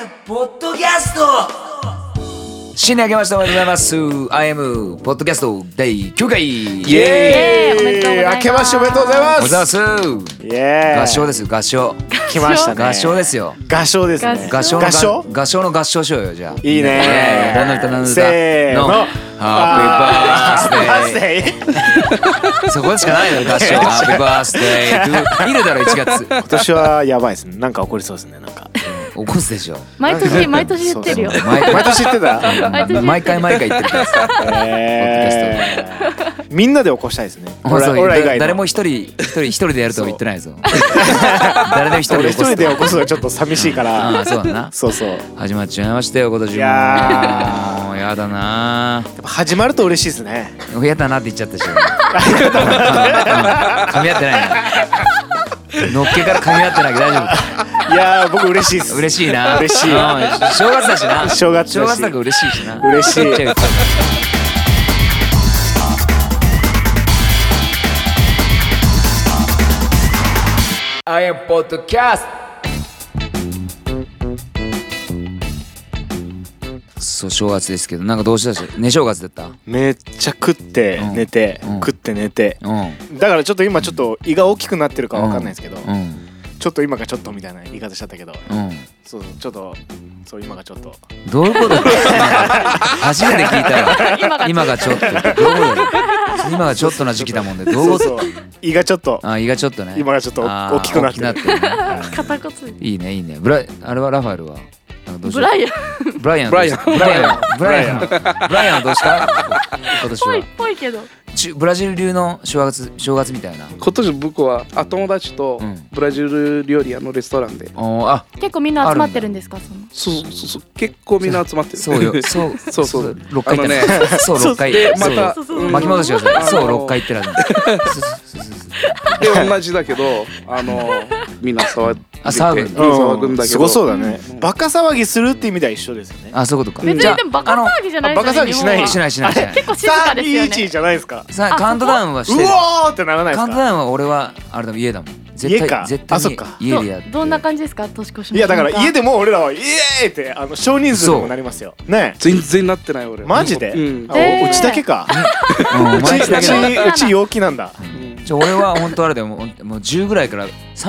ポッドキャスト新年明けましておめでとうございます。 IM ポッドキャスト第9回イエーイ、 おめでとうございます。 明けましておめでとうございます。 おめでとうございます。 イエーイ、 合唱ですよ、合唱。 来ましたね。 合唱ですよ。 合唱ですね。 合唱の合唱合唱の合唱しようよ。じゃあいいね。 何の歌何の歌せーの、 ハッピーバースデーー。そこしかないの合唱。ハッピーバースデー。いるだろ1月。 今年はやばいですね。なんか起こりそうですね。なんか起こすでしょ。 毎年言ってるよ。 毎年言ってた。 毎回言ってるからさ。 みんなで起こしたいですね。俺ら以外の誰も一人でやるとは言ってないぞ。誰でも一人で起こす。 俺一人で起こすのはちょっと寂しいから。 ああ、そうだな。 そうそう。 始まっちゃいましたよ今年も。 いやもうやだな。 始まると嬉しいですね。 やだなって言っちゃったし。噛み合ってないな。のっけから噛み合ってないけど大丈夫。 いや僕嬉しいです。 嬉しいな。 嬉しい。 正月だしな。 正月だから嬉しいしな。 嬉しい。 I am podcast。そう正月ですけどなんかどうしたしね正月だった。 めっちゃ食って寝て、食って寝て、だからちょっと今ちょっと胃が大きくなってるかわかんないですけど、ちょっと今がちょっとみたいな言い方しちゃったけど、そうちょっとそう今がちょっとどういうこと初めて聞いたわ。今がちょっとどういうこと今がちょっとな時期だもんでどういうこと。 胃がちょっと胃がちょっとね今がちょっと大きくなってる。 片骨いいねいいね。あれはラファエルはブライアンはどうした今年は。 ぽいけどブラジル流の正月みたいな。 今年僕は友達とブラジル料理屋のレストランで、 結構みんな集まってるんですか。 そう結構みんな集まってる。 そうよそう6回行ってね。 そう6回でまた巻き戻してください。そう6回行ってるはずで同じだけどみんな騒ぐんだけどすごそうだね。バカ騒ぎするって意味では一緒ですよね。 あそういうことか。 別にでもバカ騒ぎじゃないですよね。 バカ騒ぎしないしない結構静かですよね。 321じゃないですか。 さあカウントダウンはしてる。 うおーってならないですか。 カウントダウンは俺はあれだもん家だもん。絶対に家でやって。 どんな感じですか年越しの。 いやだから家でも俺らはイエーイって少人数でもなりますよね。 全然なってない俺。 マジで。うちだけか。うち陽気なんだ。 俺は本当あれでもう10ぐらいから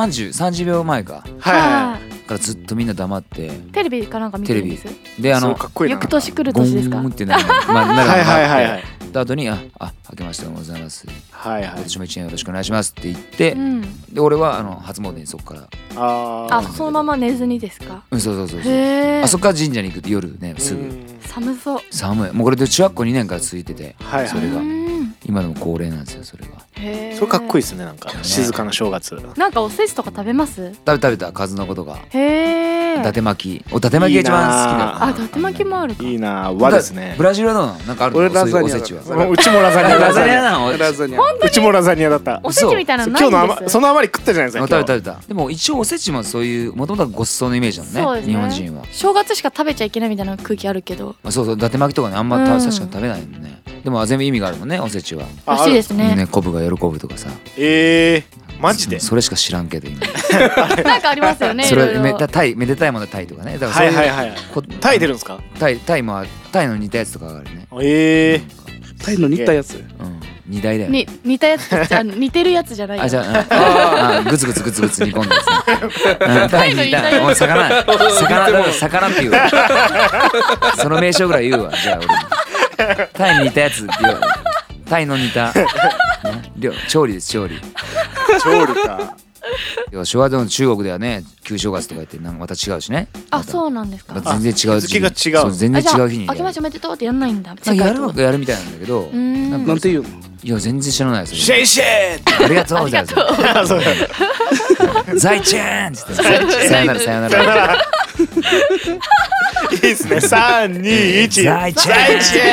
30秒前かからずっとみんな黙ってテレビかなんか見てるんです。 で翌年来る年ですか。 ゴンってなるった後に明けましておめでとうございます。今年も1年よろしくお願いしますって言ってで俺は初詣にそこからそのまま寝ずにですか。 そうそこから神社に行く夜ねすぐ。 寒そう。 寒い。もうこれで中学校2年から続いててそれが今でも恒例なんですよそれは。 それかっこいいですね。なんか静かな正月。 なんかおせちとか食べます？ 食べた数のことが。 へえ。 伊達巻き。伊達巻きが一番好きだ。 伊達巻きもあるか。 いいな。和ですね。 ブラジルはどうなの？なんかあるの？ 俺ラザニア。 おせちは。 うちもラザニア。 ラザニアなの？ うちもラザニアだった。 おせちみたいなのないんです。 今日のその余り食ったじゃないですか。 食べた。でも一応おせちもそういうもともとはごちそうのイメージなのね。日本人は。 正月しか食べちゃいけないみたいな空気あるけど。 そう伊達巻きとかねあんま確かに食べないのね。でも全部意味があるもんねおせちは。 らしいですね。 コブが喜ぶとかさ。 マジでそれしか知らんけど今なんかありますよね。 それめでたいものタイとかね。だからタイ出るんですか。 タイの似たやつとかがあるね。 タイの似たやつ。 2台だよね。 似たやつじゃ似てるやつじゃないよ。 じゃあグツグツ煮込んだやつ。タイの似たおい魚って言うわ。その名称ぐらい言うわじゃあ俺。タイに似たやつって言うわ。タイの似た調理です調理か。 昭和でも中国ではね旧正月とか言ってなんかまた違うしね。 そうなんですか。 全然違う日付が違う。 全然違う日に明けましておめでとうってやんないんだ。 やるみたいなんだけどなんて言うの。 いや全然知らないです。 シェイシェイありがとうじゃあザイチェーンってさよならいいですね。321 ザイチェ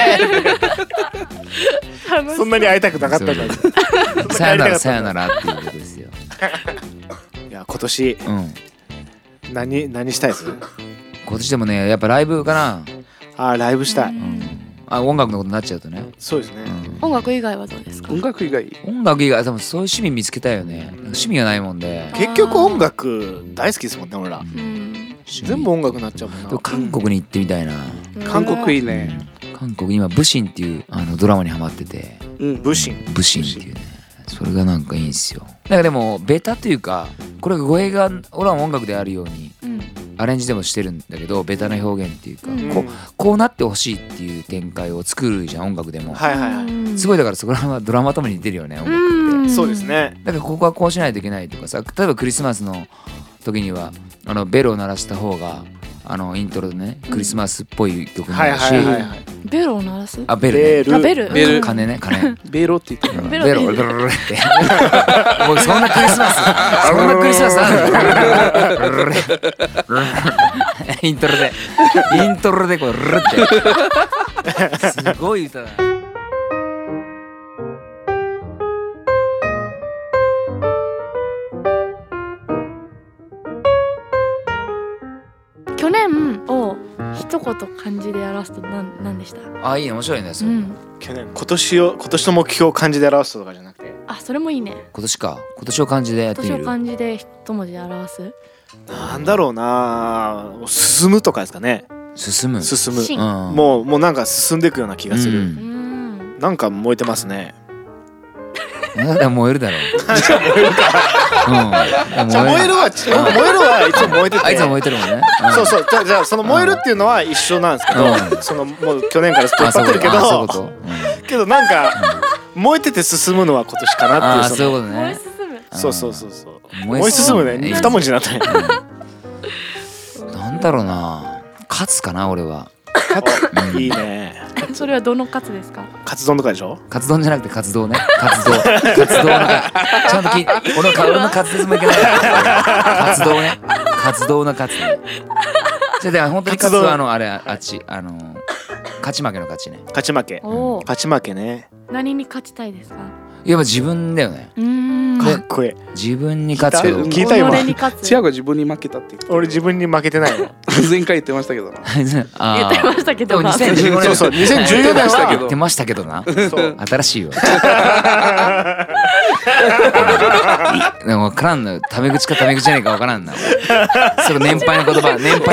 ーン。そんなに会いたくなかったんだ。 さよならっていうことですよ。 いや今年何したいです？ 今年でもねやっぱライブかな。 ライブしたい。 音楽のことになっちゃうとね。 そうですね。 音楽以外はどうですか？ 音楽以外多分そういう趣味見つけたいよね。趣味がないもんで。 結局音楽大好きですもんね俺ら。 趣全部音楽になっちゃうもんな。 韓国に行ってみたいな。 韓国いいね。 韓国今ブシンっていうドラマにハマってて、 ブシンっていうね、それがなんかいいんですよ。だからでもベタというか、これ語弊が俺は音楽であるようにアレンジでもしてるんだけど、ベタな表現っていうか、こうなってほしいっていう展開を作るじゃん、音楽でも。すごいだからそこら辺はドラマとも似てるよね、音楽って。 そうですね。 だからここはこうしないといけないとかさ、例えばクリスマスの時にはベルを鳴らした方がイントロでねクリスマスっぽい曲になるし、 ベルを鳴らす？ あ、ベルね。 ベル。 鐘ね、鐘。 ベロって言ってる。 ベロって。僕そんなクリスマスある？イントロでこうルルって。すごい歌だ。 去年を一言漢字で表すと何でした？ あ、いいね、面白いね、それ。 去年、今年の目標を漢字で表すとかじゃなくて。 あ、それもいいね。 今年を漢字でやってみる。 今年を漢字で一文字で表す。 なんだろうな、進むとかですかね。 進む。 もうなんか進んでいくような気がする。なんか燃えてますね。 燃えるだろう。 じゃあ燃えるか。じゃあ燃えるはいつも燃えてて。 あいつも燃えてるもんね。 そうそう。じゃあその燃えるっていうのは一緒なんですけど、そのもう去年からずっと引っ張ってるけどなんか燃えてて進むのは今年かなっていう。 そういうことね。 そう。燃え進むね。二文字になったね。 なんだろうな。勝つかな、俺は。 いいね。 それはどのカツですか？ カツ丼とかでしょ？ カツ丼じゃなくて活動ね。活動のちゃんと聞いて。俺の滑舌もいけない。活動ね。活動の活。じゃあ本当に活動はあれあっち勝ち負けの勝ちね。 勝ち負けね。 何に勝ちたいですか？ いや、自分だよね。 かっこいい。 自分に勝つけど。 聞いた今。 チアが自分に負けたって言って。 俺自分に負けてないの。 前回言ってましたけどな。 言ってましたけどな。 2014年。 そう、2014年は言ってましたけどな。新しいよ。でも分からんの。タメ口かタメ口じゃねえか分からんな。それ年配の言葉でね。分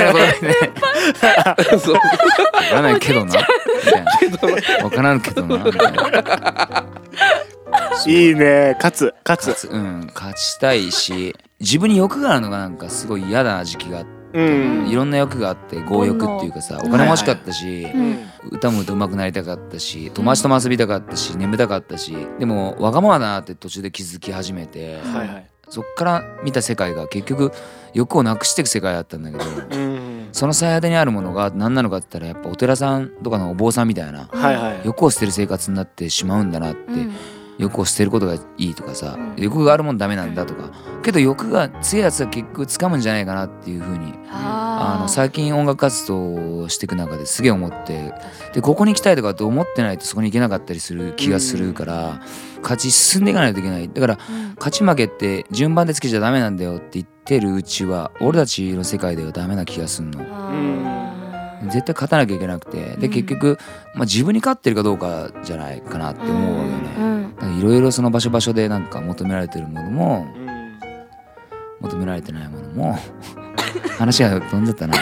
からないけどな。分からんけどな。 いいね。勝つ。 勝ちたいし、自分に欲があるのがなんかすごい嫌な時期があって、いろんな欲があって、強欲っていうかさ、お金も欲しかったし、歌も上手くなりたかったし、友達とも遊びたかったし、眠たかったし、でもわがままだなって途中で気づき始めて、そっから見た世界が結局欲をなくしていく世界だったんだけど、その最果てにあるものが何なのかって言ったら、やっぱお寺さんとかのお坊さんみたいな欲を捨てる生活になってしまうんだなって。欲を捨てることがいいとかさ、欲があるもんダメなんだとか、けど欲が強いやつは結局掴むんじゃないかなっていう風に最近音楽活動をしていく中ですげえ思って、でここに行きたいとかって思ってないとそこに行けなかったりする気がするから、勝ち進んでいかないといけない。だから勝ち負けって順番でつけちゃダメなんだよって言ってるうちは、俺たちの世界ではダメな気がすんの。絶対勝たなきゃいけなくて、で結局、自分に勝ってるかどうかじゃないかなって思うわけよね。いろいろその場所でなんか求められてるものも、求められてないものも話が飛んでたな。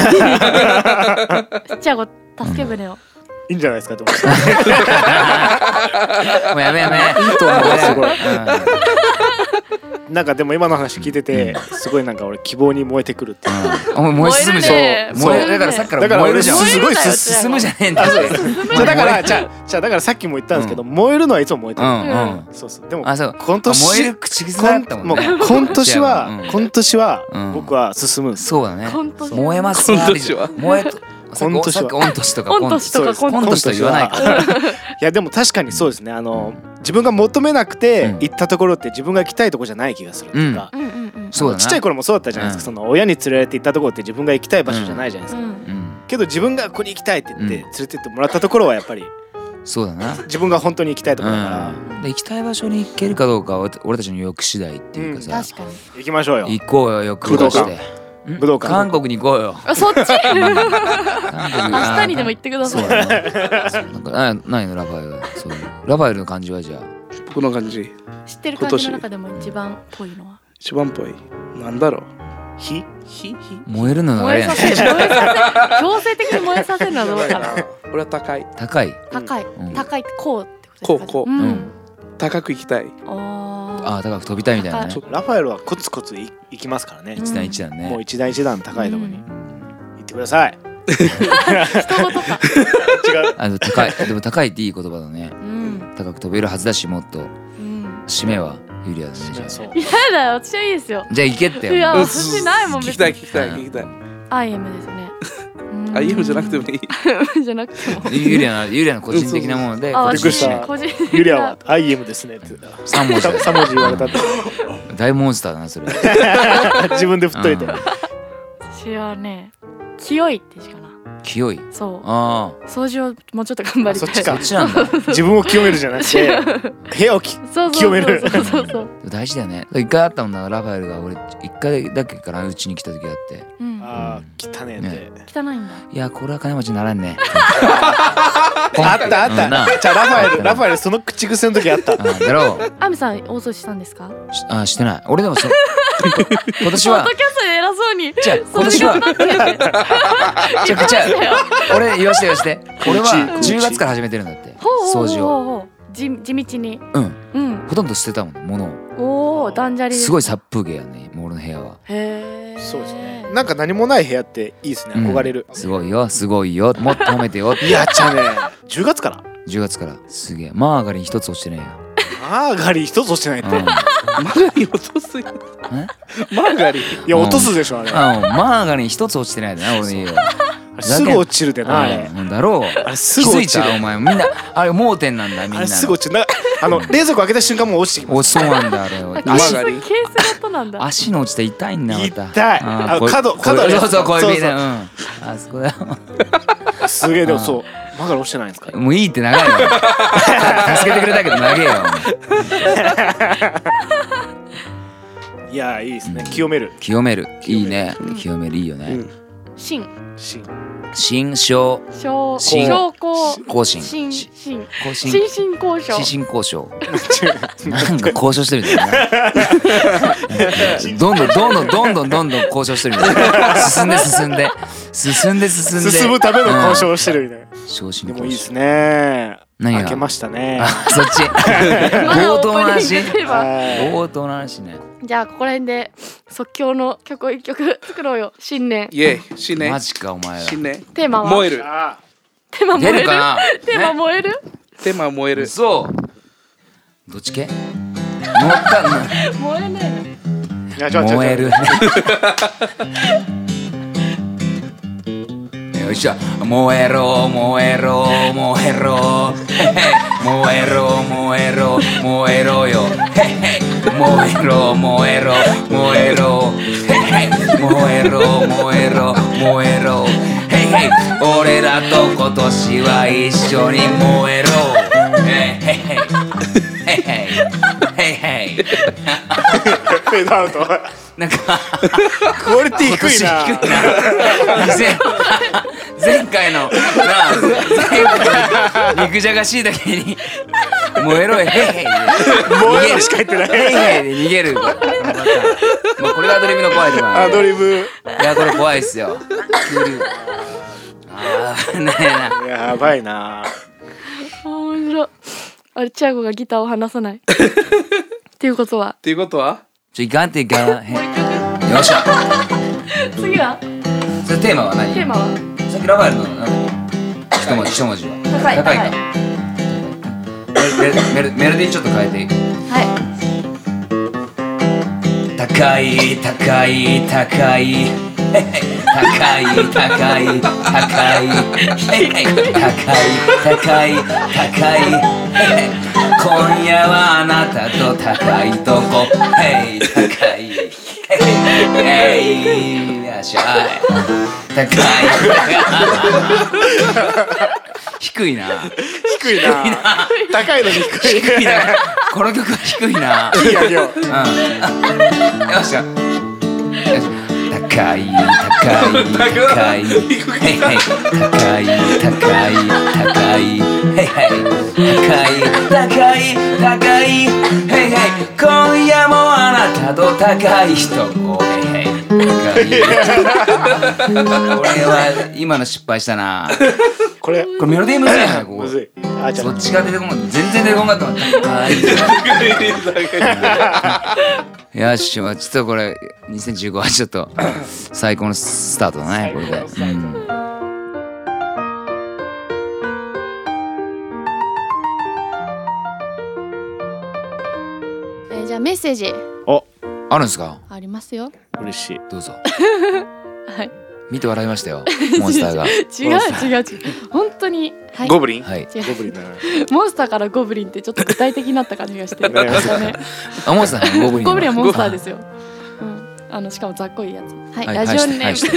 じゃあ助け舟を。 いいんじゃないですかと思って。 もうやめ。いいと思う。すごい。なんかでも今の話聞いてて、すごいなんか俺希望に燃えてくるって。 燃え進むじゃん。だからさっきから燃えるじゃん。 すごい進むじゃねえんだよ。 だからさっきも言ったんですけど、燃えるのはいつも燃えてる。そうでも今年燃える口癖だったもんね。 今年は僕は進む。 そうだね。燃えます。 今年は燃えと。さっき御年とかコントシと言わないから。いやでも確かにそうですね。自分が求めなくて行ったところって自分が行きたいところじゃない気がするっていうか、ちっちゃい頃もそうだったじゃないですか。その親に連れられて行ったところって自分が行きたい場所じゃないじゃないですか。けど自分がここに行きたいって言って連れてってもらったところはやっぱりそうだな。 自分が本当に行きたいところだから。 で行きたい場所に行けるかどうかは俺たちの欲次第っていうかさ。 確かに。 行きましょうよ。 行こうよ、欲を出して。 武道館。 韓国に行こうよ。 そっち。明日にでも行ってください。 何のラファエル。そうラファエルの感じはじゃあ。 僕の感じ。 知ってる感じの中でも一番っぽいのは。 一番っぽい。なんだろう。 燃えるのがあれやん。 強制的に燃えさせるのはどうかな。 俺は高い。 高いこうってことですか。 こう高く行きたい。 あ、高く飛びたいみたいなね。 ラファエルはコツコツ行きますからね。 一段一段ね。 もう一段一段高いところに行ってください。 人事か。 違う。 高い。でも高いっていい言葉だね。高く飛べるはずだし、もっと締めはユリアだね。じゃあ。 いやだよ、私はいいですよ。 じゃあ行けってよ。 いや、私ないもん。 聞きたい。 IM ですね。 IM じゃなくてもいい。 じゃなくても。 ユリアの個人的なもので。 びっくりした。ユリアは IM ですねって。3文字言われたって。 大モンスターだなそれ。 自分で振っといて。 私はね、清いってしかな。 清い。 そう。掃除をもうちょっと頑張りたい。 そっちか。 そっちなんだ。 自分を清めるじゃなくて部屋を清める。 大事だよね。一回あったもんな、ラファエルが俺一回だけからうちに来た時があって。 ああ、汚ねえって。 汚いんだ。 いや、これは金持ちにならんね。 あった。じゃあラファエルその口癖の時あった。 だろう。 アミさん大掃除したんですか？ してない。俺でも今年は。 ポッドキャストで偉そうに。 じゃあ今年は。俺言わして俺は10月から始めてるんだって掃除を地道に。 ほとんど捨てたもん物を。 おお、断捨離。 すごい殺風景やね、俺の部屋は。 へえ。 そうですね。なんか何もない部屋っていいですね。憧れる。 すごいよもっと褒めてよ。 やっちゃね。10月からすげえ。マーガリン一つ落ちてねえよ。 マーガリン一つ落ちてないって。 マーガリン落とすよ。マーガリン。 いや落とすでしょあれ。 マーガリン一つ落ちてないでな、俺の家は。 すぐ落ちるでなあれ。 だろう。 あれすぐ落ちる。 お前みんなあれ盲点なんだみんな。 あれすぐ落ちる。冷蔵庫開けた瞬間もう落ちてきます。 そうなんだあれ。 足ケース型なんだ。 足の落ちた痛いんだまた。 痛い。角そう小指ね。あそこだよ。 すげえでもそう。マーガリン落ちてないんですか？ もういいって長いよ。助けてくれたけど長えよ。 いやいいですね。清めるいいね。清めるいいよね。 新交渉。なんか交渉してるみたいな。どんどん交渉してるみたいな。進むための交渉をしてるみたいな。 でもいいですね。開けましたね。 そっち。冒頭の話ね。 じゃあここら辺で即興の曲を一曲作ろうよ。新年。 イエイ、新年。 マジかお前ら。 新年。 テーマは燃える。 テーマ燃える。 出るかな。 テーマ燃える。 テーマ燃える。 そう。どっち系？乗ったの。 燃えないの。燃える。よいしょ。燃えろ燃えろ燃えろ。燃えろ燃えろ燃えろよ。燃えろ燃えろ燃えろ。燃えろ燃えろ燃えろ。俺らと今年は一緒に燃えろ。 フェードアウト。 なんかクオリティ低いな。 前回の肉じゃがしいだけに燃えろへへ燃えろしか言ってない。 へへで逃げる。もうこれがアドリブの怖いところ。 アドリブ。 いやこれ怖いっすよ。 やばいな。 面白い。あれチアゴがギターを離さない。っていうことは。 いかんっていかん。よっしゃ。 次は？ それテーマは何？ テーマは？ さっきラバエルの一文字は高いか。 メロディーちょっと変えていい？ はい。 高い高い高い高い高い高い高い高い。今夜はあなたと高いとこ。ヘイ高いヘイよっしゃい高い低いな高いのに低いな。この曲は低いな。 いいやよ。 よっしゃ高い高い高いヘイヘイ高い高い高いヘイヘイ高い高い高いヘイヘイ今夜もあなた度高い人おへへ俺は今の失敗したな。 これメロディーむずいな。ここむずい。あ、じゃそっちが出てこない。全然出てこなかったもん。よし、ちょっとこれ2015はちょっと最高のスタートだねこれで。 じゃあメッセージあるんですか？ ありますよ。 嬉しい。 どうぞ。 はい。 見て笑いましたよ。モンスターが。 違う本当に。 ゴブリン。 はい。 ゴブリンだな。 モンスターからゴブリンってちょっと具体的になった感じがしてる。 あ、モンスターゴブリン。 ゴブリンはモンスターですよ。しかもざっこいやつ。はい。ラジオネー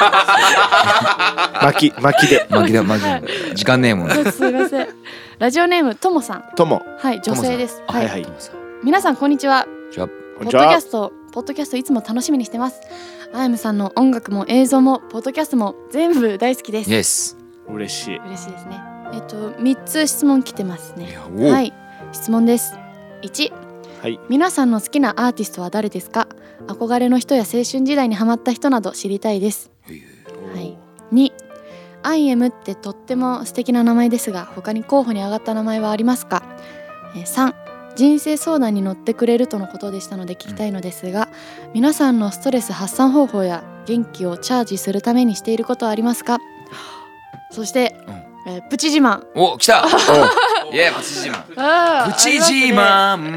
ム。巻きで。 時間ねえもん。 すみません。ラジオネームともさん。 とも。 はい、女性です。 はい。 皆さんこんにちは。ポッドキャストいつも楽しみにしてます。あやむさんの音楽も映像もポッドキャストも全部大好きです。 Yes。 嬉しい。 嬉しいですね。3つ質問来てますね。はい。質問です。1、はい、皆さんの好きなアーティストは誰ですか？憧れの人や青春時代にハマった人など知りたいです。はい。2、IM ってとっても素敵な名前ですが他に候補に上がった名前はありますか？3、人生相談に乗ってくれるとのことでしたので聞きたいのですが、皆さんのストレス発散方法や元気をチャージするためにしていることはありますか？そして、プチ自慢。 お、来た。イエー、プチ自慢。プチ自慢。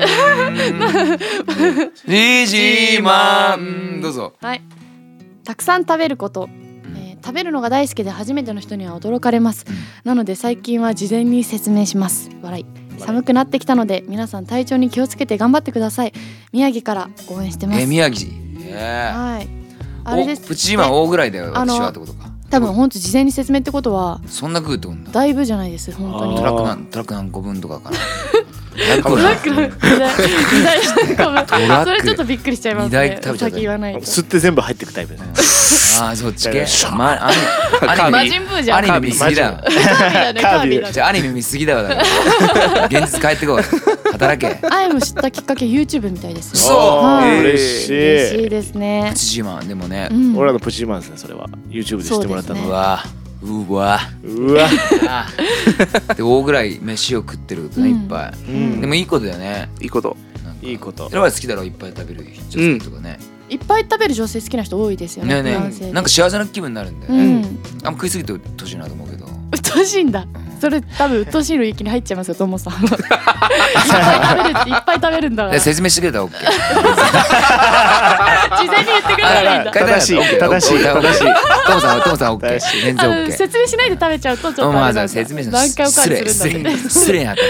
プチ自慢。どうぞ。 はい。たくさん食べること。食べるのが大好きで初めての人には驚かれます。なので最近は事前に説明します。笑い。寒くなってきたので皆さん体調に気をつけて頑張ってください。宮城から応援してます。 宮城。 はい。あれです。 プチ自慢大ぐらいだよ。私はってことか。 多分本当事前に説明ってことはそんな食うってことだ。 だいぶじゃないです本当に。 トラック何個分とかかな。 トラックの2台それちょっとびっくりしちゃいますね。先言わないと。 吸って全部入ってくタイプです。 ああそっち系。 魔人ブーじゃん。 アニメ見すぎだよ。じゃあアニメ見すぎだよ。現実帰ってこい。働け。 アイム知ったきっかけ YouTube みたいです。 そう。嬉しい。 嬉しいですね。 プチ自慢でもね。 俺らのプチ自慢ですねそれは。YouTube で知ってもらったの。 うわ。で大ぐらい飯を食ってることねいっぱい。でもいいことだよね。 いいこと。 いいこと。 それは好きだろいっぱい食べる女性とかね。 いっぱい食べる女性好きな人多いですよね。 なんか幸せな気分になるんだよね。あんま食いすぎてうっとうしいなと思うけど。 うっとうしいんだ。それ多分うっとうしいの域に入っちゃいますよともさんは。いっぱい食べるんだから。 説明してくれたら OK。 事前に言ってくれたらいいんだ。 正しい。 トモさん OK。全然 OK。 説明しないで食べちゃうとちょっとまず説明しない。 何回おかわりするんだ。 失礼な。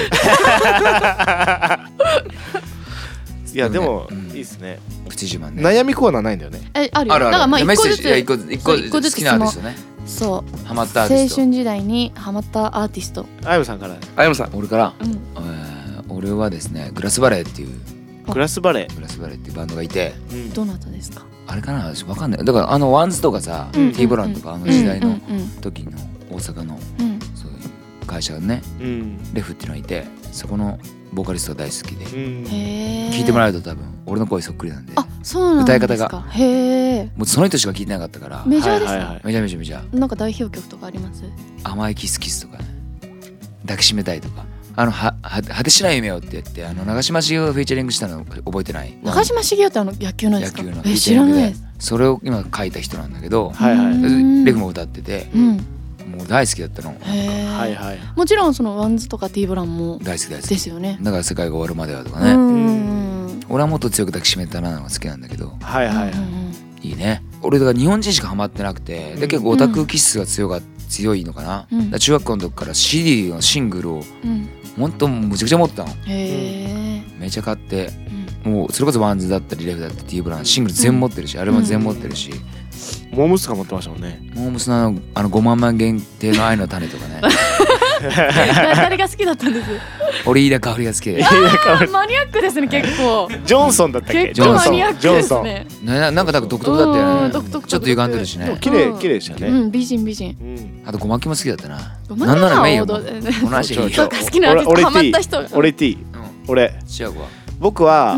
いやでもいいですね。 プチ自慢ね。 悩みコーナーないんだよね。 あるよ。だからまあ一個ずつ一個ずつ好きなアーティストね。 そう。 ハマったアーティスト。 青春時代にハマったアーティスト。 あやむさんから。 あやむさん。 俺から。俺はですねグラスバレーっていう。 グラスバレーっていうバンドがいて。 どなたですか。 あれかな私わかんない。だからワンズとかさ T ボランとか時代の時の大阪のそういう会社がねレフっていうのがいてそこのボーカリストが大好きで聞いてもらうと多分俺の声そっくりなんで歌い方がもうその人しか聞いてなかったからメジャーですか。 メジャーなんか代表曲とかあります？ 甘いキスキスとかね抱きしめたいとか果てしない夢をって言って長嶋茂雄がフィーチャリングしたの覚えてない？ 長嶋茂雄って野球のですか？ 野球のフィーチャリングでそれを今書いた人なんだけどレフも歌っててもう大好きだったの。 もちろんそのワンズとか T ボランも大好きですよね。 だから世界が終わるまではとかね。俺はもっと強く抱きしめたなのが好きなんだけどいいね。俺だから日本人しかハマってなくてで結構オタク気質が強いのかな。中学校の時から CD のシングルをほんとむちゃくちゃ持ってたの。めちゃ買ってもうそれこそワンズだったりレフだったり T ボランシングル全持ってるしアルバム全持ってるしモームスが持ってましたもんね。 モームスの5万枚限定の愛の種とかね。 誰が好きだったんです？ 俺飯田香織が好きで。 マニアックですね結構。 ジョンソンだったっけ？ 結構マニアックですね。 なんか独特だったよね。ちょっと歪んでるしね。 綺麗でしたね。 美人。 あとごまきも好きだったな。 なんならメイよ。この話いいよ。 好きなアーティストハマった人。 俺 T。俺。僕は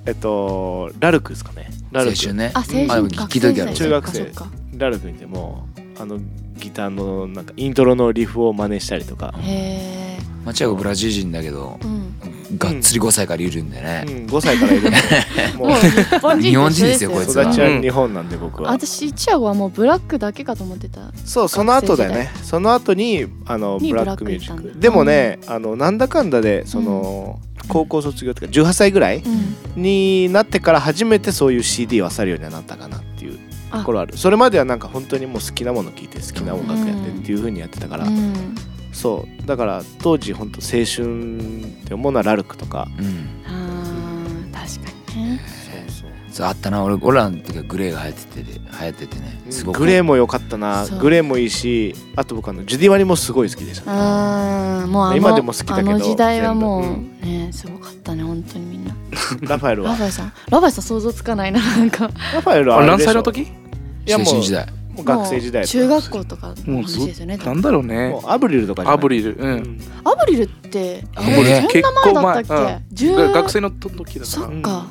ラルクですかね。ラルク青春ね。 あ、青春聞いときある。 中学生ラルクにでもギターのなんかイントロのリフを真似したりとか。 へえ。 まあチアゴブラジル人だけど、がっつり5歳からいるんでね。 5歳からいるんで。 もう日本人ですよこいつは。 育ちは日本なんで僕は。 私チアゴはもうブラックだけかと思ってた。 そう、その後だよね。その後にブラックミュージック。でもね、なんだかんだでその高校卒業とか18歳ぐらいになってから初めてそういう CD を漁るようになったかなっていうところある。それまではなんか本当にもう好きなもの聴いて好きな音楽やってっていう風にやってたから。そうだから当時本当青春って思うのはラルクとか。 確かにね。 そうあったな。俺らの時はグレーが流行っててね。すごくグレーも良かったな。グレーもいいし、あと僕ジュディワニもすごい好きでした。 もう今でも好きだけど。 時代はもうねすごかったね本当にみんな。 ラファエルは。 ラファエルさん想像つかないななんか。 ラファエルは何歳の時？ いやもう時代。 学生時代中学校とかの話ですよね。 なんだろうね。 もうアブリルとかじゃない。 アブリルってそんな前だったっけ？ 学生の時だから。 そっか。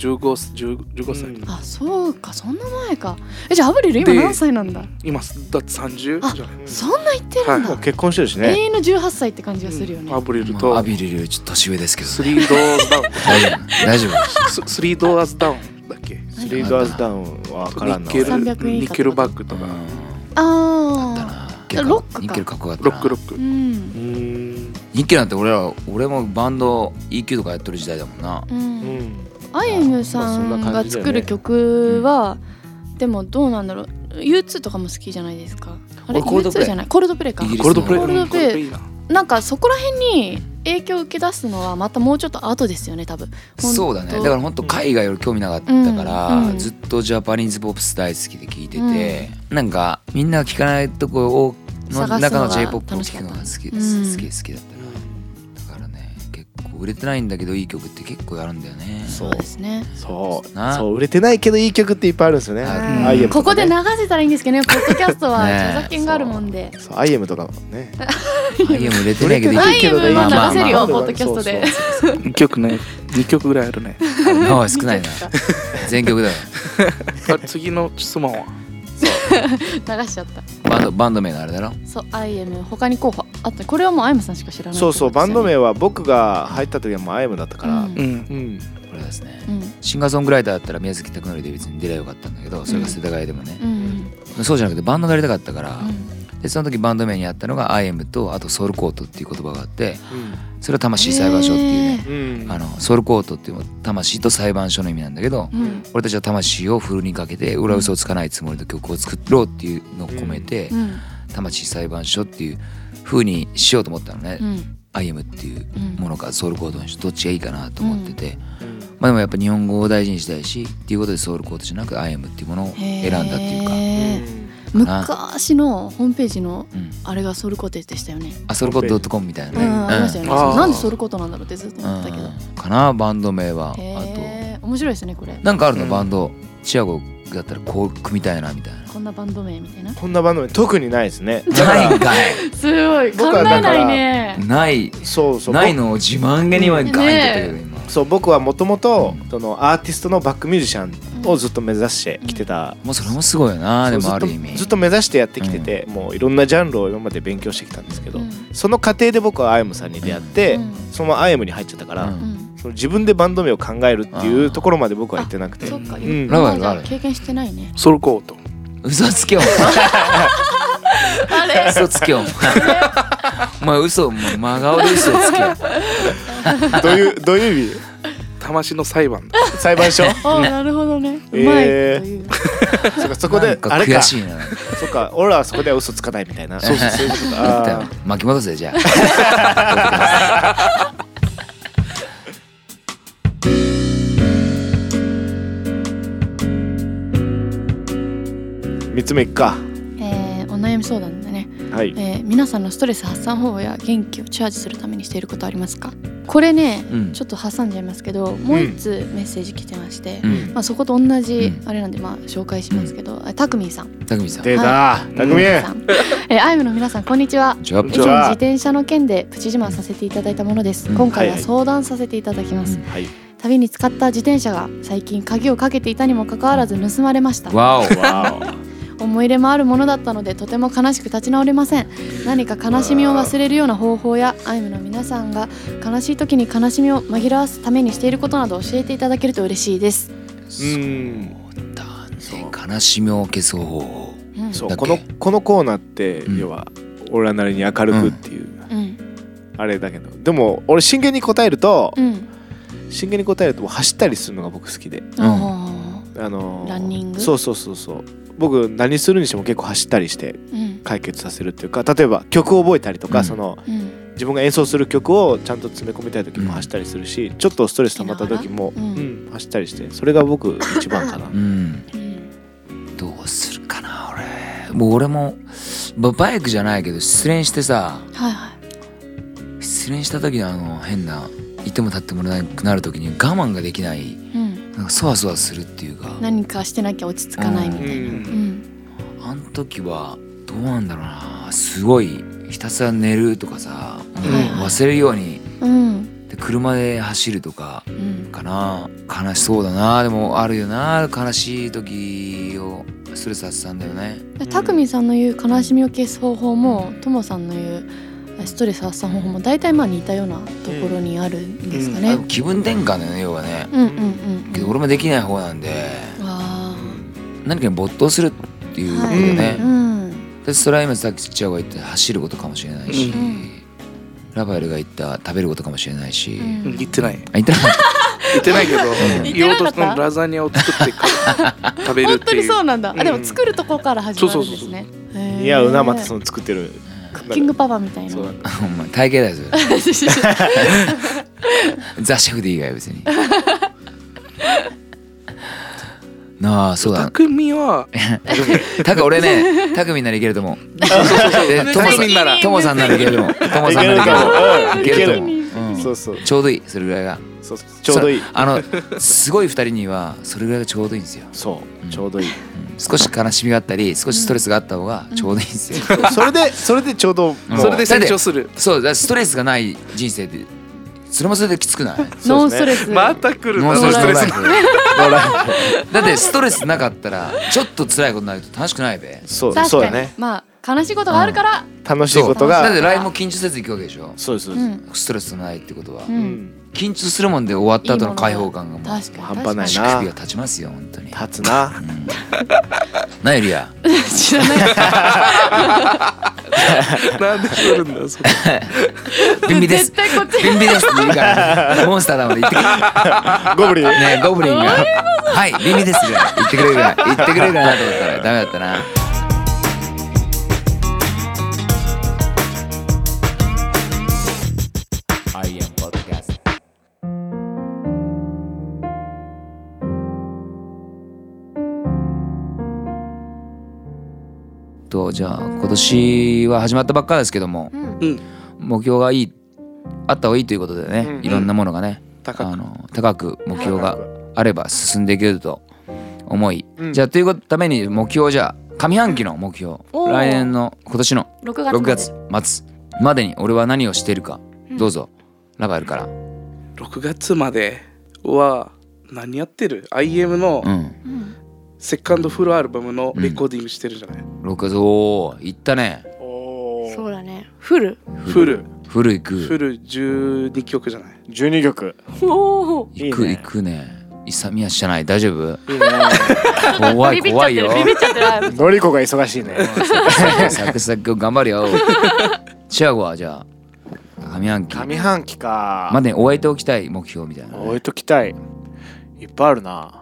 15歳。 あ、そうか、そんな前か。じゃあアブリル今何歳なんだ？ 今だって30じゃない。 そんな言ってるんだ。 結婚してるしね。 永遠の18歳って感じがするよね。 アブリルとアビリルよりちょっと年上ですけど。 3ドアーズダウン。 大丈夫。 3ドアーズダウンだっけ ？3ドアーズダウンは分からんな。 ニケルバッグとか。 ああ。ロックか。 ニッケルかっこよかったな。 ロック。 ニッケルなんて俺もバンド EQ とかやってる時代だもんな。 アイムさんが作る曲はでもどうなんだろう。U2 とかも好きじゃないですか。あれ U2 じゃない。コールドプレイか。 コールドプレイ。 なんかそこら辺に影響を受け出すのはまたもうちょっと後ですよね多分。 そうだね。だから本当海外より興味なかったからずっとジャパニーズポップス大好きで聴いてて、なんかみんなが聴かないとこの中の J-POP を聴くのが好きだったな。だからね結構売れてないんだけどいい曲って結構やるんだよね。 そうですね。 そう売れてないけどいい曲っていっぱいあるんですよね。 ここで流せたらいいんですけどね。ポッドキャストは著作権があるもんで。 そう IM とかもね。 IM 売れてないけどいい曲。IM は流せるよポッドキャストで。 2曲ね。2曲ぐらいあるね。 少ないな。全曲だよ。 次の質問は流しちゃった。 バンド名のあれだろ。 そう IM 他に候補あってこれはもう IM さんしか知らない。 そうバンド名は僕が入った時はもう IM だったから。これですね。シンガーソングライターだったら宮崎拓典で別に出ればよかったんだけど、それが世田谷でもね。そうじゃなくてバンドがやりたかったから。でその時バンド名にあったのが IM とあとソウルコートっていう言葉があって、それは魂裁判所っていうね、ソウルコートっていう魂と裁判所の意味なんだけど、俺たちは魂をフルにかけて裏嘘をつかないつもりで曲を作ろうっていうのを込めて、魂裁判所っていう風にしようと思ったのね。IM っていうものかソウルコートにどっちがいいかなと思ってて、まあでもやっぱ日本語を大事にしたいしっていうことでソウルコートじゃなく IM っていうものを選んだっていうか。 昔のホームページのあれがソウルコートでしたよね。 ソウルコート .com みたいなね。 ありましたよね。なんでソウルコートなんだろうってずっと思ってたけど。 かなバンド名は。あと面白いですねこれ。 なんかあるのバンドチアゴだったらこう組みたいなみたいな。 こんなバンド名みたいな。 こんなバンド名特にないですね。 ないんかい。 すごい考えないね。 ない。ないのを自慢げにはガンって言ったけど今。 そう僕はもともとそのアーティストのバックミュージシャンをずっと目指してきてた。 もうそれもすごいよな。でもある意味ずっと目指してやってきてて、もういろんなジャンルを今まで勉強してきたんですけど、その過程で僕はIMさんに出会って、そのままIMに入っちゃったから、その自分でバンド名を考えるっていうところまで僕は行ってなくて。 そっか。ラバーが経験してないね。 ソウルコート。 嘘つけよ。 あれ嘘つけよ。お前嘘真顔で嘘つけよ。 どういう意味？ 魂の裁判だ。 裁判所？ なるほどね。うまいという。 そこであれか。 悔しいな。 そっか俺らはそこでは嘘つかないみたいな。 そういうことか。巻き戻せじゃあ。 3つ目いっか。 お悩み相談でね、皆さんのストレス発散方法や元気をチャージするためにしていることありますか？これね、ちょっと挟んじゃいますけど、もう一つメッセージ来てまして、そこと同じあれなんで紹介しますけど、たくみんさん。 たくみんさん。 出た。たくみん。 IMの皆さんこんにちは。以前自転車の件でプチ自慢させていただいたものです。今回は相談させていただきます。 旅に使った自転車が最近鍵をかけていたにもかかわらず盗まれました。 わお思い入れもあるものだったのでとても悲しく立ち直れません。何か悲しみを忘れるような方法やアイムの皆さんが悲しい時に悲しみを紛らわすためにしていることなど教えていただけると嬉しいです。 そうだね、悲しみを消す方法、 そうこのコーナーって、要は俺らなりに明るくっていう、あれだけど、でも俺真剣に答えると、走ったりするのが僕好きで、 ランニング。 そう僕何するにしても結構走ったりして解決させるっていうか、例えば曲を覚えたりとか、自分が演奏する曲をちゃんと詰め込みたい時も走ったりするし、ちょっとストレス溜まった時も、走ったりして、それが僕一番かな。 どうするかな。俺もバイクじゃないけど失恋してさ、失恋した時の変ないても立ってもなくなる時に我慢ができない、なんかそわそわするっていうか、 何かしてなきゃ落ち着かないみたいな。 あの時はどうなんだろうな、すごいひたすら寝るとかさ、忘れるように、で車で走るとかかな。悲しそうだな。でもあるよな、悲しい時をストレス発散だよね。 たくみさんの言う悲しみを消す方法もともさんの言うストレス発散方法も大体似たようなところにあるんですかね。 気分転換だよね、要はね。けど俺もできない方なんで、何かに没頭するっていうことね。でそれは今さっきちっちゃい子が言った走ることかもしれないし、ラファエルが言った食べることかもしれないし。 言ってない。 言ってない。 言ってないけど、言おうとしたラザニアを作って食べるっていう。 本当にそうなんだ。でも作るとこから始まるんですね。 いや、うなまたその作ってるキングパパみたいな。 お前体型だよそれ。ザ・シェフでいいがよ別に。なあ、そうだ。 たくみは俺ね、たくみならいけると思う。ともさんならいけると思う。ともさんならいけると思う。ちょうどいい、それぐらいが。 ちょうどいい。 すごい2人にはそれぐらいがちょうどいいんですよ。 そう、ちょうどいい。 少し悲しみがあったり、少しストレスがあった方がちょうどいいんですよ。 それでちょうど、 それで成長する。 そうだ、ストレスがない人生でそれもそれできつくない？ ノンストレス。 また来る。 ノンストレス。だってストレスなかったらちょっと辛いことになると楽しくないべ。 そうだね。 悲しいことがあるから楽しいことが。 だって来も緊張せず行くわけでしょ。 そうです。 ストレスないってことは緊張するもんで終わった後の解放感がもう半端ないな。 足首が立ちますよ本当に。 立つな。 なゆりや。 知らない。 なんで来るんだそれ。 ビンビです。ビンビですって言うからモンスターだもん言ってくれ。 ゴブリンね、ゴブリンがはいビンビですぐらい言ってくれるぐらいなと思ったらダメだったな。じゃあ今年は始まったばっかですけども、目標があった方がいいということでね、いろんなものがね、高く目標があれば進んでいけると思い、じゃあというために目標、じゃあ上半期の目標、来年の今年の6月末までに俺は何をしているか、どうぞラバエルから。 6月までは何やってる？ IM のセカンドフルアルバムのレコーディングしてるじゃない。 6月、おー、いったね。 そうだね。フルいく。フル 12曲じゃない。 12曲。 いくね。勇み足じゃない。大丈夫？怖いよ。 ビビっちゃってる。 のりこが忙しいね。 サクサク頑張るよ。チアゴはじゃあ上半期か。 まで終えておきたい目標みたいな。 終えておきたい。いっぱいあるな。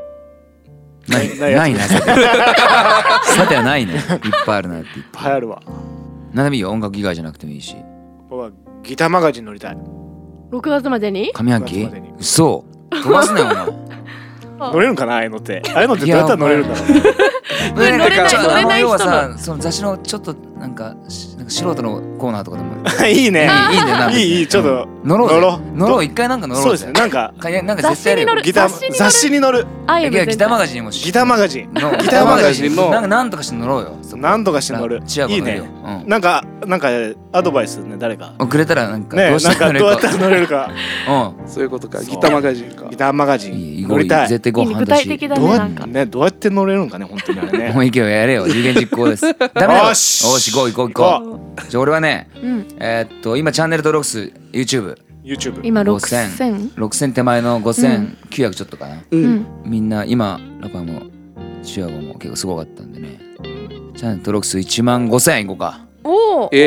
ないな。さてはないね。いっぱいあるなって。いっぱいあるわ。 何でもいいよ。音楽以外じゃなくてもいいし。 僕はギターマガジン乗りたい。 6月までに？ 上半期？嘘。飛ばすねお前。 乗れるんかな、ああいうのって。ああいうのってどうやったら乗れるんだろう。 乗れない人。 要はさ、その雑誌のちょっとなんか素人のコーナーとかでもいいね。 いいね。なんかいいちょっと乗ろう一回なんか乗ろう。 そうですね。なんか絶対やるよ。 雑誌に乗る。 ギターマガジンにもギターマガジンのなんとかして乗ろうよ。 なんとかして乗る。いいね。なんかアドバイスね、誰かくれたらなんかどうやったら乗れるか。 そういうことか。ギターマガジンか。 ギターマガジン乗りたい。 絶対ご飯半年。 どうやって乗れるんかね、本当にあれね。 もう行けよ、やれよ。有言実行です。ダメだよ。よし行こう。じゃあ俺はね、今チャンネル登録数 YouTube 今6000 手前の5900ちょっとかな。みんな今ラパもチアゴも結構すごかったんでね、チャンネル登録数15000いこうか。 おお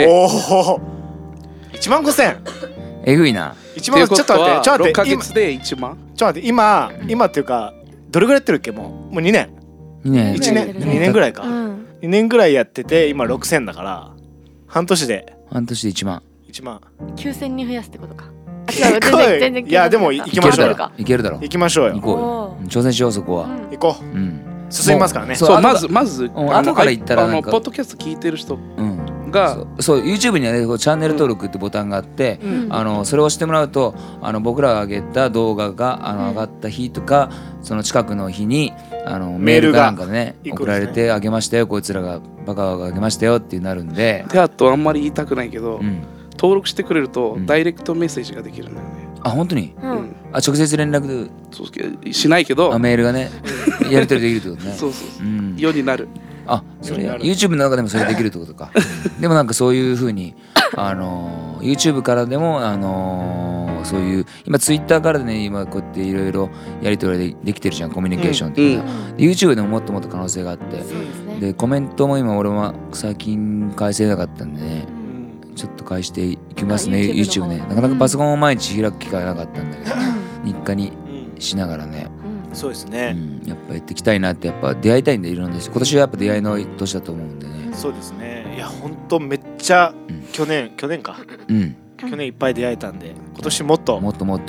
15000 えぐいな。 1万。ちょっと待って 6ヶ月で1万。 ちょっと待って、今っていうかどれぐらいやってるっけ？もう2年 2年 2年ぐらいか。2年ぐらいやってて今6000だから半年で 1万 9000に増やすってことか。 全然いやでも行きましょうよ。 いけるだろ。 行きましょうよ。 行こうよ。挑戦しよう、そこは。 行こう。進みますからね。 そうまず後から言ったらなんかポッドキャスト聞いてる人がそう YouTube にはねチャンネル登録ってボタンがあって、それを押してもらうと僕らが上げた動画が上がった日とかその近くの日にメールかなんかでね送られて、あげましたよ、こいつらがバカがあげましたよってなるんで。 で、あとあんまり言いたくないけど、登録してくれるとダイレクトメッセージができるんだよね。 あ、本当に？直接連絡しないけどメールがねやり取りできるってことね。 そうようになる。 あ、それ YouTube の中でもそれできるってことか。でもなんかそういう風にYouTube からでもそういう今 Twitter からでね今こうやっていろいろやり取りできてるじゃん、コミュニケーションっていうのは。YouTube でももっともっと可能性があって、でコメントも今俺は最近返せなかったんでね、ちょっと返していきますね。 YouTube ね、なかなかパソコンを毎日開く機会なかったんだけど、日課にしながらね、 そうですね、 やっぱやっていきたいなって、やっぱ出会いたいんで、いろんな人。今年はやっぱ出会いの年だと思うんでね。 そうですね。いやほんとめっちゃ去年か、去年いっぱい出会えたんで、今年もっと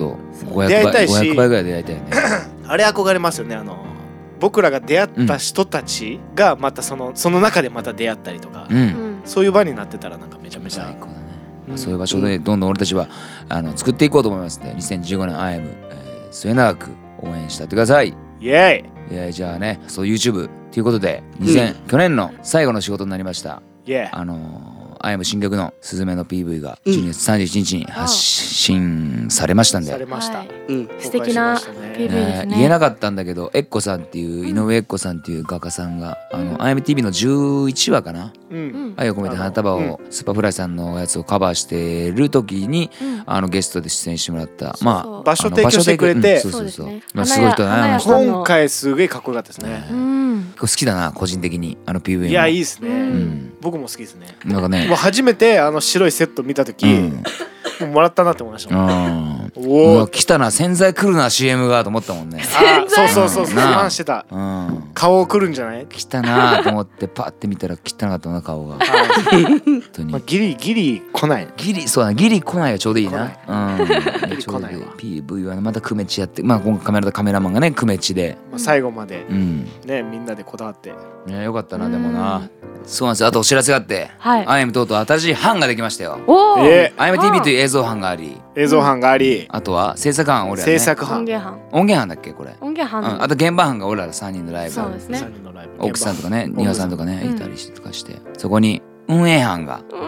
500倍ぐらい出会いたいね。 あれ憧れますよね。僕らが出会った人たちがまたその中でまた出会ったりとか、そういう場になってたらなんかめちゃめちゃ最高だね。 そういう場所でどんどん俺たちは作っていこうと思いますね。2015年アイム末永く応援してください。 イエーイ。じゃあね、そう YouTube ということで去年の最後の仕事になりました。アイム新曲のスズメの PV が12月31日に発信されましたんで、 素敵な PV ですね。 言えなかったんだけど、エッコさんっていう井上エッコさんっていう画家さんがIMTV の11話かな、愛を込めて花束をスーパーフライさんのやつをカバーしてる時にゲストで出演してもらった、 場所提供してくれて、 そうすごい人だな。 今回すげえかっこよかったですね。 好きだな、個人的にPV。 いや、いいですね。僕も好きですね。 なんかね、 もう初めて白いセット見た時、もらったなって思いました。 おお、来たな、洗剤来るな CM がと思ったもんね。 そう不安してた。顔来るんじゃない？ 来たなと思ってパッて見たら汚かったな、顔が。 本当にギリ来ない。 そうだ、ギリ来ないはちょうどいいな。ちょうどいい。PV はまたクメチやって、今回カメラマンがねクメチで最後までね、みんなでこだわって。 よかったな。でもな、そうなんですよ。あとお知らせがあって、IM とうとう新しい班ができましたよ。IMTV という映像班があり、あとは制作班、俺らね、 音源班だっけこれ。あと現場班が俺ら3人のライブ、奥さんとかね、庭さんとかねいたりとかして、そこに運営班ができ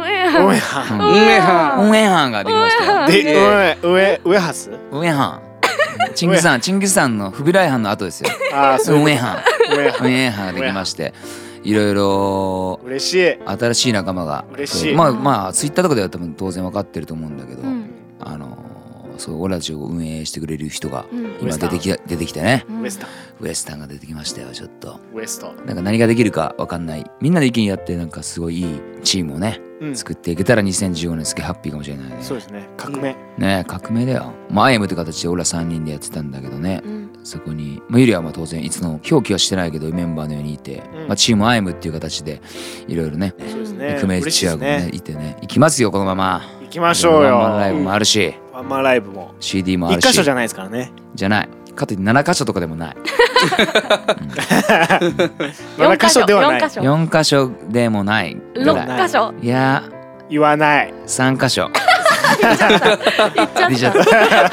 ましたよ。 で、上ハス？ 運営班。チンギスさんの不備来班の後ですよ。運営班ができまして、いろいろ嬉しい新しい仲間が、まあツイッターとかでは多分当然分かってると思うんだけど、そう俺たちを運営してくれる人が今出てきてね、ウエスタンが出てきましたよ。ちょっとなんか何ができるか分かんない、みんなで意見やってなんかすごいいいチームをね作っていけたら2015年すげえハッピーかもしれないね。 そうですね、革命だよ。IM って形で俺ら3人でやってたんだけどね、そこにユリは当然いつの表記はしてないけどメンバーのようにいて、チーム IM っていう形でいろいろね、クメチアゴねいてね、行きますよ。このまま行きましょうよ。 ワンマンライブもあるし、 ワンマンライブも CD もあるし、 1箇所じゃないですからね。 じゃないかといって7箇所とかでもない。 7箇所ではない。 4箇所でもない。 6箇所。 いや言わない。 3箇所。 言っちゃった。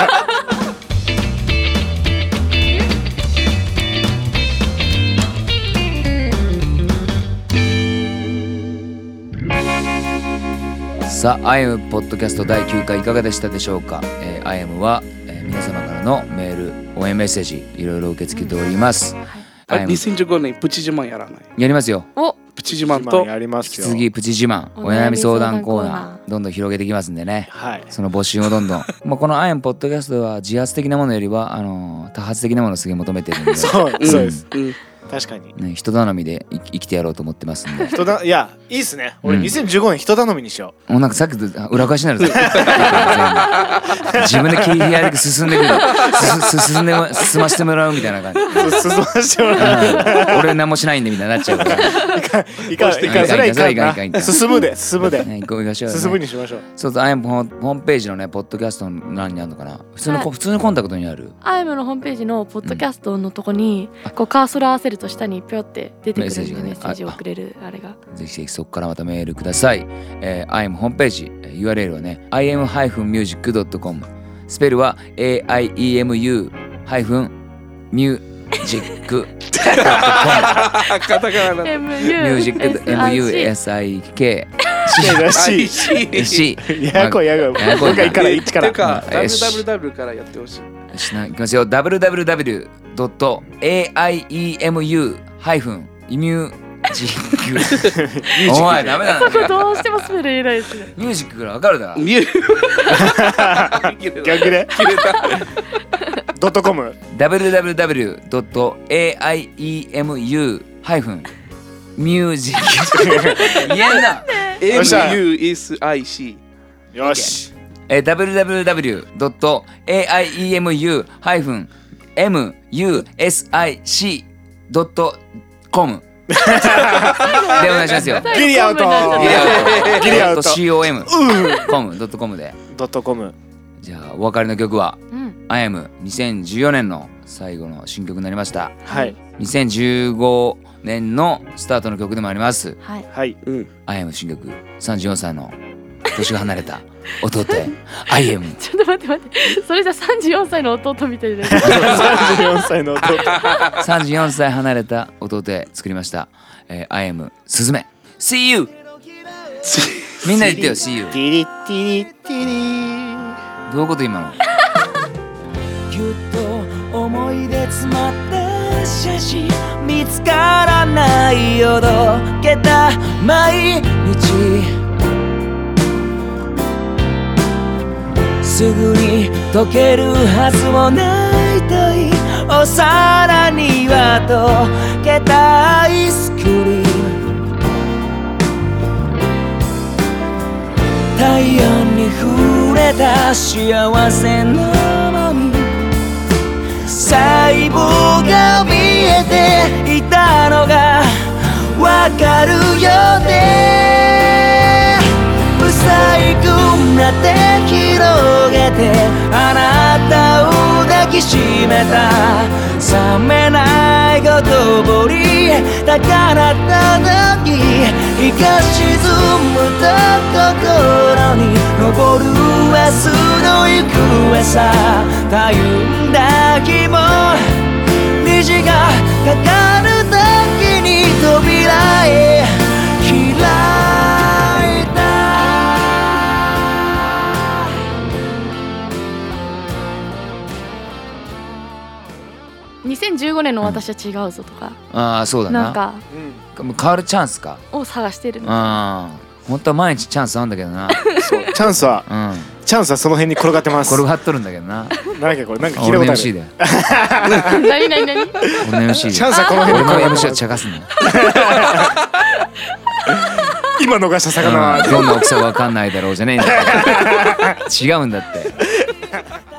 さあ、アイムポッドキャスト第9回いかがでしたでしょうか。アイムは、皆様からのメール、応援メッセージいろいろ受け付けております。 2015年プチ自慢やらない？ やりますよ。 プチ自慢とやりますよ。 次プチ自慢、お悩み相談コーナーどんどん広げていきますんでね。 はい。 その募集をどんどん。まあこのアイムポッドキャストは自発的なものよりは多発的なものをすげえ求めてるんで。 そうです。確かに、 ね、人頼みで生きてやろうと思ってますんで。 いやいいっすね。俺2015年人頼みにしよう。もうなんかさっきと裏返しになるぞ。自分で切り開いて進んでくる。進ませてもらうみたいな感じ。 進ませてもらう。俺何もしないんでみたいになっちゃうから。 いかん。進むで。進むにしましょう。 そうそう、アイムホームページのねポッドキャストの欄にあるのかな。普通のコンタクトにある。 アイムのホームページのポッドキャストのとこにこうカーソル合わせると下にピョって出てくるんでメッセージをくれるあれが。 ぜひぜひそこからまたメールください。アイムホームページ URL はね im-music.com スペルは aiemu-music.com カタカナだ。 music music やこい僕がから1から。 www からやってほしい。 いきますよ。www.aiemu-music お前ダメだな。 そこどうしてもスペル言えないですね。 ミュージックから分かるだろ。 逆で.com www.aiemu-music 言えんな。 MUSIC よし。 www.aiemu-music.com でお願いしますよ。 ギリアウト。 .com で。 .com。 じゃあお別れの曲はアイム2014年の最後の新曲になりました。 はい。 2015年のスタートの曲でもあります。 はい。 アイム新曲34歳の年が離れた弟アイエム。 ちょっと待って。それじゃ34歳の弟みたいな。 34歳の弟。 34歳離れた弟へ作りました。アイエムスズメ See you みんな言ってよ See you ティリティリティリ。 どういうこと今の。ぎゅっと思い出詰まった写真見つからないよどけた毎日すぐに溶けるはずもないといお皿には溶けたアイスクリーム太陽に触れた幸せの甘み細胞が見えていたのがわかるよね。不細工な手広げてあなたを抱きしめた冷めない言葉に高鳴った時日が沈むと心に昇る明日の行方さたゆんだ日も虹がかかる時に扉へ開いた。 2015年の私は違うぞとか、 ああそうだな。 なんか、 変わるチャンスかを探してるの。 本当は毎日チャンスあるんだけどな。 そうチャンスはその辺に転がってます。 転がっとるんだけどな。 なんかこれなんか聞いたことある。 俺の MC だよ。 何俺の MC で。 チャンスはこの辺に。俺の MC を茶化すの。 今逃した魚はどんな大きさわかんないだろうじゃねえんだ。違うんだって。